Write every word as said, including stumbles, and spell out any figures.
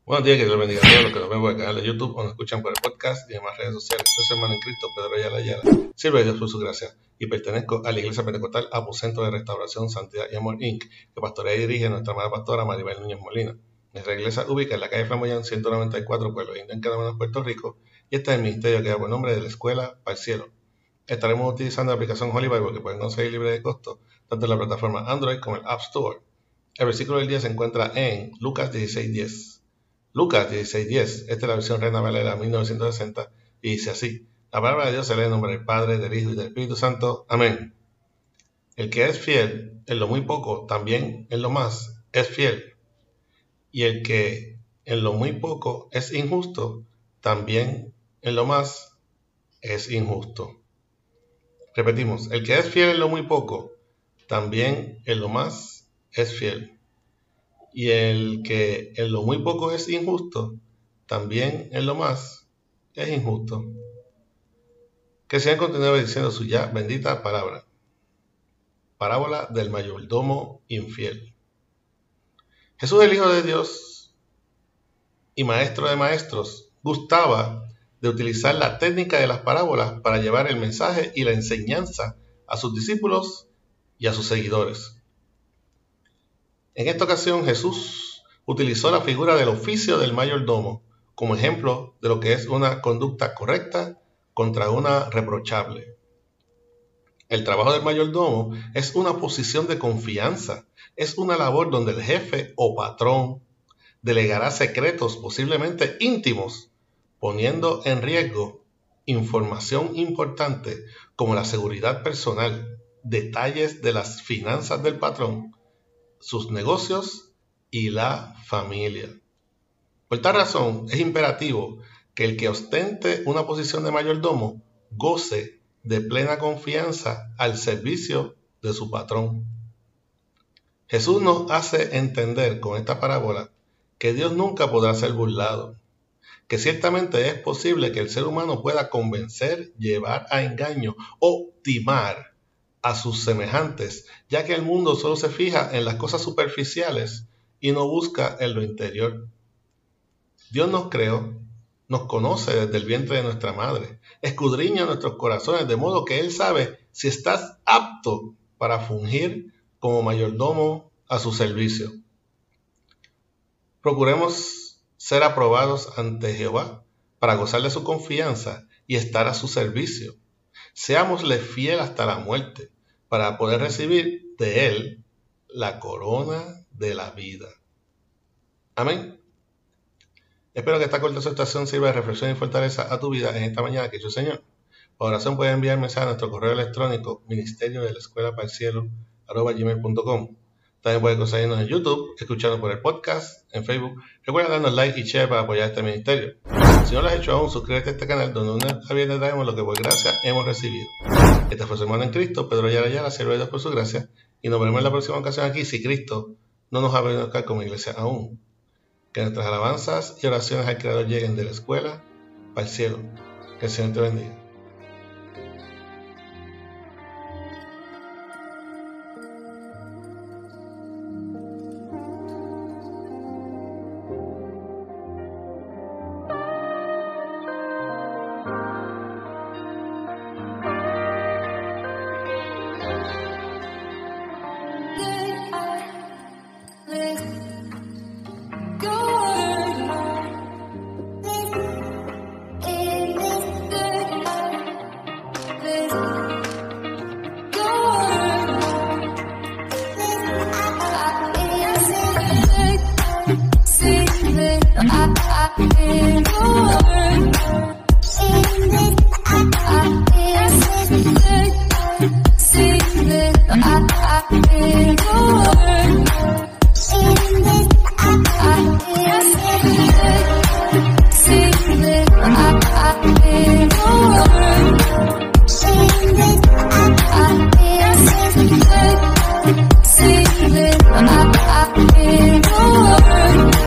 Buenos días, que Dios bendiga a todos los que nos ven por el canal de YouTube o nos escuchan por el podcast y demás redes sociales. Yo soy hermano en Cristo, Pedro Ayala Ayala. Sirve a Dios por su gracia y pertenezco a la Iglesia Pentecostal Aposento de Restauración, Santidad y Amor incorporado, que pastorea y dirige nuestra amada pastora Maribel Núñez Molina. Nuestra iglesia ubica en la calle Flamboyán ciento noventa y cuatro, Pueblo Indio, en Canadá, Puerto Rico, y este es el ministerio que da por nombre de la Escuela para el Cielo. Estaremos utilizando la aplicación Holy Bible, que pueden conseguir libre de costo tanto en la plataforma Android como en el App Store. El versículo del día se encuentra en Lucas dieciséis diez. Lucas dieciséis diez, esta es la versión Reina Valera mil novecientos sesenta, y dice así: la palabra de Dios se lee en nombre del Padre, del Hijo y del Espíritu Santo. Amén. El que es fiel en lo muy poco, también en lo más es fiel. Y el que en lo muy poco es injusto, también en lo más es injusto. Repetimos, el que es fiel en lo muy poco, también en lo más es fiel. Y el que en lo muy poco es injusto, también en lo más es injusto. Que el Señor continúe diciendo su ya bendita palabra. Parábola del mayordomo infiel. Jesús, el Hijo de Dios y Maestro de Maestros, gustaba de utilizar la técnica de las parábolas para llevar el mensaje y la enseñanza a sus discípulos y a sus seguidores. En esta ocasión, Jesús utilizó la figura del oficio del mayordomo como ejemplo de lo que es una conducta correcta contra una reprochable. El trabajo del mayordomo es una posición de confianza, es una labor donde el jefe o patrón delegará secretos posiblemente íntimos, poniendo en riesgo información importante como la seguridad personal, detalles de las finanzas del patrón, sus negocios y la familia. Por tal razón, es imperativo que el que ostente una posición de mayordomo goce de plena confianza al servicio de su patrón. Jesús nos hace entender con esta parábola que Dios nunca podrá ser burlado, que ciertamente es posible que el ser humano pueda convencer, llevar a engaño o timar a sus semejantes, ya que el mundo solo se fija en las cosas superficiales y no busca en lo interior. Dios nos creó, nos conoce desde el vientre de nuestra madre, escudriña nuestros corazones, de modo que Él sabe si estás apto para fungir como mayordomo a su servicio. Procuremos ser aprobados ante Jehová para gozar de su confianza y estar a su servicio. Seámosle fiel hasta la muerte para poder recibir de Él la corona de la vida. Amén. Espero que esta corta exhortación sirva de reflexión y fortaleza a tu vida en esta mañana que yo, Señor. Por oración puedes enviar mensaje a nuestro correo electrónico ministerio de la escuela para el cielo arroba gmail punto com. También puedes conseguirnos en YouTube, escuchando por el podcast, en Facebook. Recuerda darnos like y share para apoyar este ministerio. Si no lo has hecho aún, suscríbete a este canal donde una vez a viernes traemos lo que por gracia hemos recibido. Este fue su hermano en Cristo, Pedro Ayala Ayala, siervo de Dios por su gracia, y nos veremos en la próxima ocasión aquí si Cristo no nos ha venido a buscar como iglesia aún. Que nuestras alabanzas y oraciones al Creador lleguen de la escuela para el cielo. Que el Señor te bendiga. I, I, I, I,